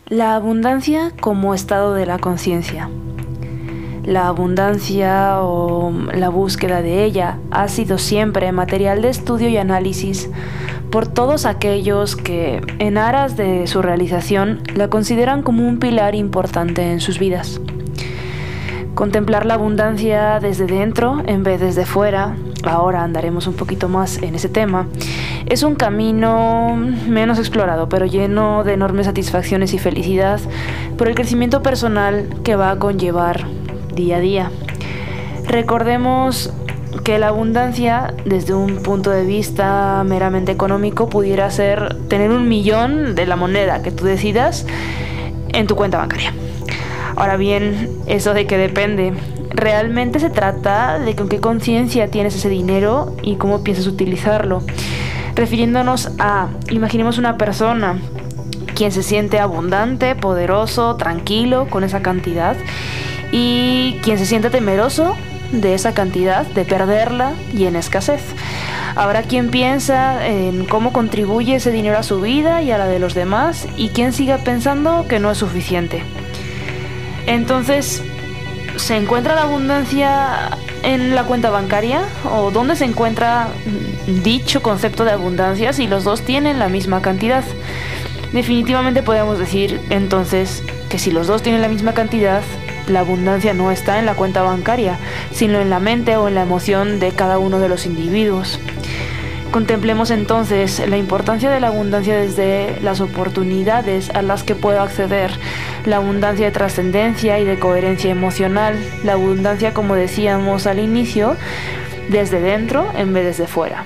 La abundancia como estado de la conciencia. La abundancia o la búsqueda de ella ha sido siempre material de estudio y análisis por todos aquellos que, en aras de su realización, la consideran como un pilar importante en sus vidas. Contemplar la abundancia desde dentro en vez desde fuera, ahora andaremos un poquito más en ese tema, es un camino menos explorado, pero lleno de enormes satisfacciones y felicidad por el crecimiento personal que va a conllevar día a día. Recordemos que la abundancia, desde un punto de vista meramente económico, pudiera ser tener 1 millón de la moneda que tú decidas en tu cuenta bancaria. Ahora bien, eso de que depende. Realmente se trata de con qué conciencia tienes ese dinero y cómo piensas utilizarlo. Refiriéndonos a, imaginemos una persona quien se siente abundante, poderoso, tranquilo con esa cantidad, y quien se siente temeroso de esa cantidad, de perderla y en escasez. Habrá quien piensa en cómo contribuye ese dinero a su vida y a la de los demás, y quien siga pensando que no es suficiente. Entonces, ¿se encuentra la abundancia en la cuenta bancaria? ¿O dónde se encuentra dicho concepto de abundancia si los dos tienen la misma cantidad? Definitivamente podemos decir entonces que si los dos tienen la misma cantidad, la abundancia no está en la cuenta bancaria, sino en la mente o en la emoción de cada uno de los individuos. Contemplemos entonces la importancia de la abundancia desde las oportunidades a las que puedo acceder, la abundancia de trascendencia y de coherencia emocional, la abundancia, como decíamos al inicio, desde dentro en vez de desde fuera.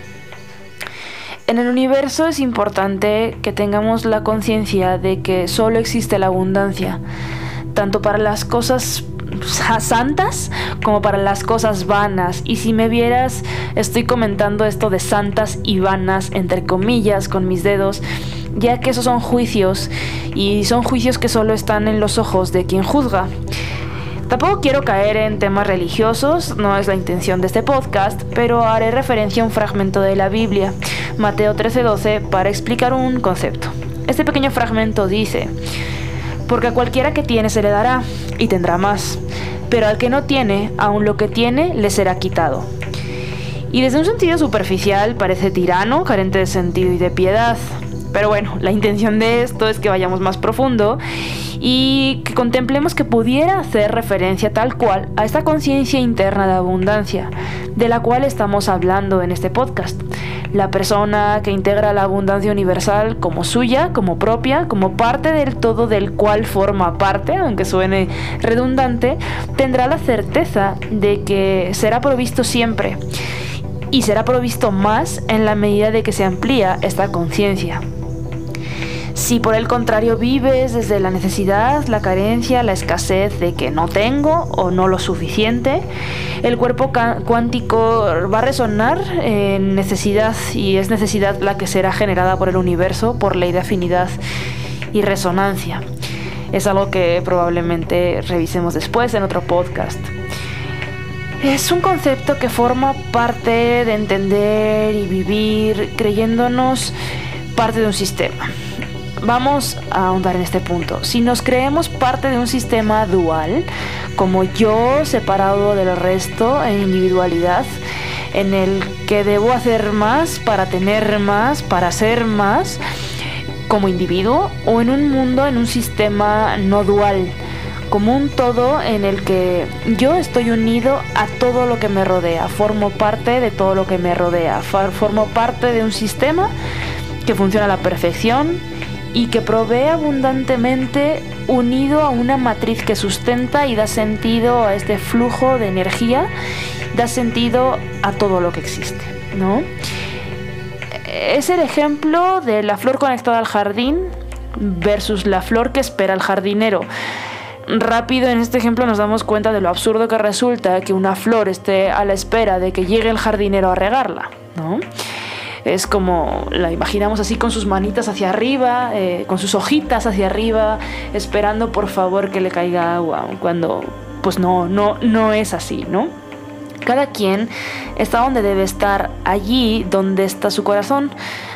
En el universo es importante que tengamos la conciencia de que solo existe la abundancia, tanto para las cosas santas como para las cosas vanas. Y si me vieras, estoy comentando esto de santas y vanas entre comillas con mis dedos, ya que esos son juicios, y son juicios que solo están en los ojos de quien juzga. Tampoco quiero caer en temas religiosos, no es la intención de este podcast, pero haré referencia a un fragmento de la Biblia, Mateo 13:12, para explicar un concepto. Este pequeño fragmento dice: porque a cualquiera que tiene se le dará, y tendrá más, pero al que no tiene, aun lo que tiene le será quitado. Y desde un sentido superficial parece tirano, carente de sentido y de piedad. Pero bueno, la intención de esto es que vayamos más profundo y que contemplemos que pudiera hacer referencia tal cual a esta conciencia interna de abundancia, de la cual estamos hablando en este podcast. La persona que integra la abundancia universal como suya, como propia, como parte del todo del cual forma parte, aunque suene redundante, tendrá la certeza de que será provisto siempre, y será provisto más en la medida de que se amplía esta conciencia. Si por el contrario vives desde la necesidad, la carencia, la escasez de que no tengo o no lo suficiente, el cuerpo cuántico va a resonar en necesidad, y es necesidad la que será generada por el universo por ley de afinidad y resonancia. Es algo que probablemente revisemos después en otro podcast. Es un concepto que forma parte de entender y vivir creyéndonos parte de un sistema. Vamos a ahondar en este punto. Si nos creemos parte de un sistema dual, como yo separado del resto en individualidad, en el que debo hacer más para tener más, para ser más, como individuo, o en un mundo, en un sistema no dual, como un todo en el que yo estoy unido a todo lo que me rodea, formo parte de todo lo que me rodea, formo parte de un sistema que funciona a la perfección y que provee abundantemente, unido a una matriz que sustenta y da sentido a este flujo de energía, da sentido a todo lo que existe, ¿no? Es el ejemplo de la flor conectada al jardín versus la flor que espera al jardinero. Rápido, en este ejemplo nos damos cuenta de lo absurdo que resulta que una flor esté a la espera de que llegue el jardinero a regarla, ¿no? Es como la imaginamos así, con sus manitas hacia arriba, con sus hojitas hacia arriba, esperando por favor que le caiga agua, cuando pues no es así, ¿no? Cada quien está donde debe estar, allí donde está su corazón,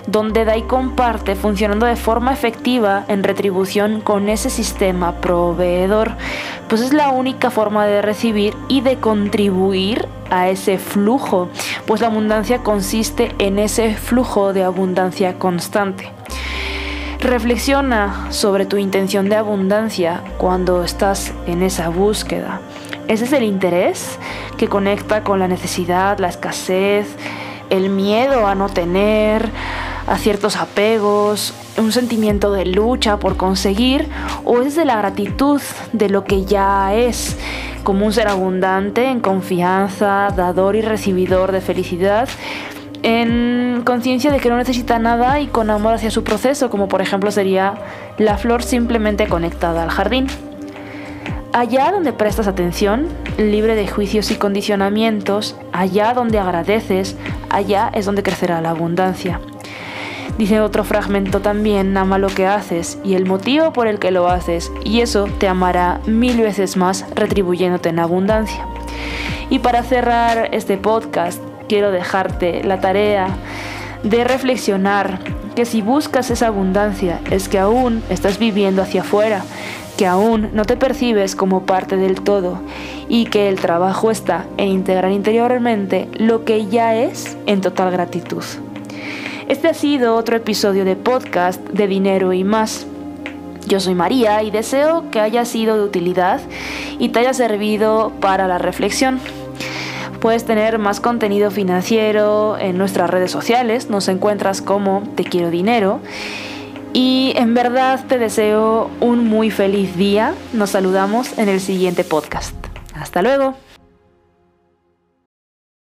donde da y comparte funcionando de forma efectiva en retribución con ese sistema proveedor, pues es la única forma de recibir y de contribuir a ese flujo, pues la abundancia consiste en ese flujo de abundancia constante. Reflexiona sobre tu intención de abundancia cuando estás en esa búsqueda. ¿Ese es el interés que conecta con la necesidad, la escasez, el miedo a no tener, a ciertos apegos, un sentimiento de lucha por conseguir, o es de la gratitud de lo que ya es, como un ser abundante, en confianza, dador y recibidor de felicidad, en conciencia de que no necesita nada y con amor hacia su proceso, como por ejemplo sería la flor simplemente conectada al jardín? Allá donde prestas atención, libre de juicios y condicionamientos, allá donde agradeces, allá es donde crecerá la abundancia. Dice otro fragmento también: ama lo que haces y el motivo por el que lo haces, y eso te amará 1000 veces más, retribuyéndote en abundancia. Y para cerrar este podcast, quiero dejarte la tarea de reflexionar que si buscas esa abundancia es que aún estás viviendo hacia afuera, que aún no te percibes como parte del todo y que el trabajo está en integrar interiormente lo que ya es en total gratitud. Este ha sido otro episodio de podcast de Dinero y Más. Yo soy María y deseo que haya sido de utilidad y te haya servido para la reflexión. Puedes tener más contenido financiero en nuestras redes sociales, nos encuentras como Te Quiero Dinero. Y en verdad te deseo un muy feliz día. Nos saludamos en el siguiente podcast. Hasta luego.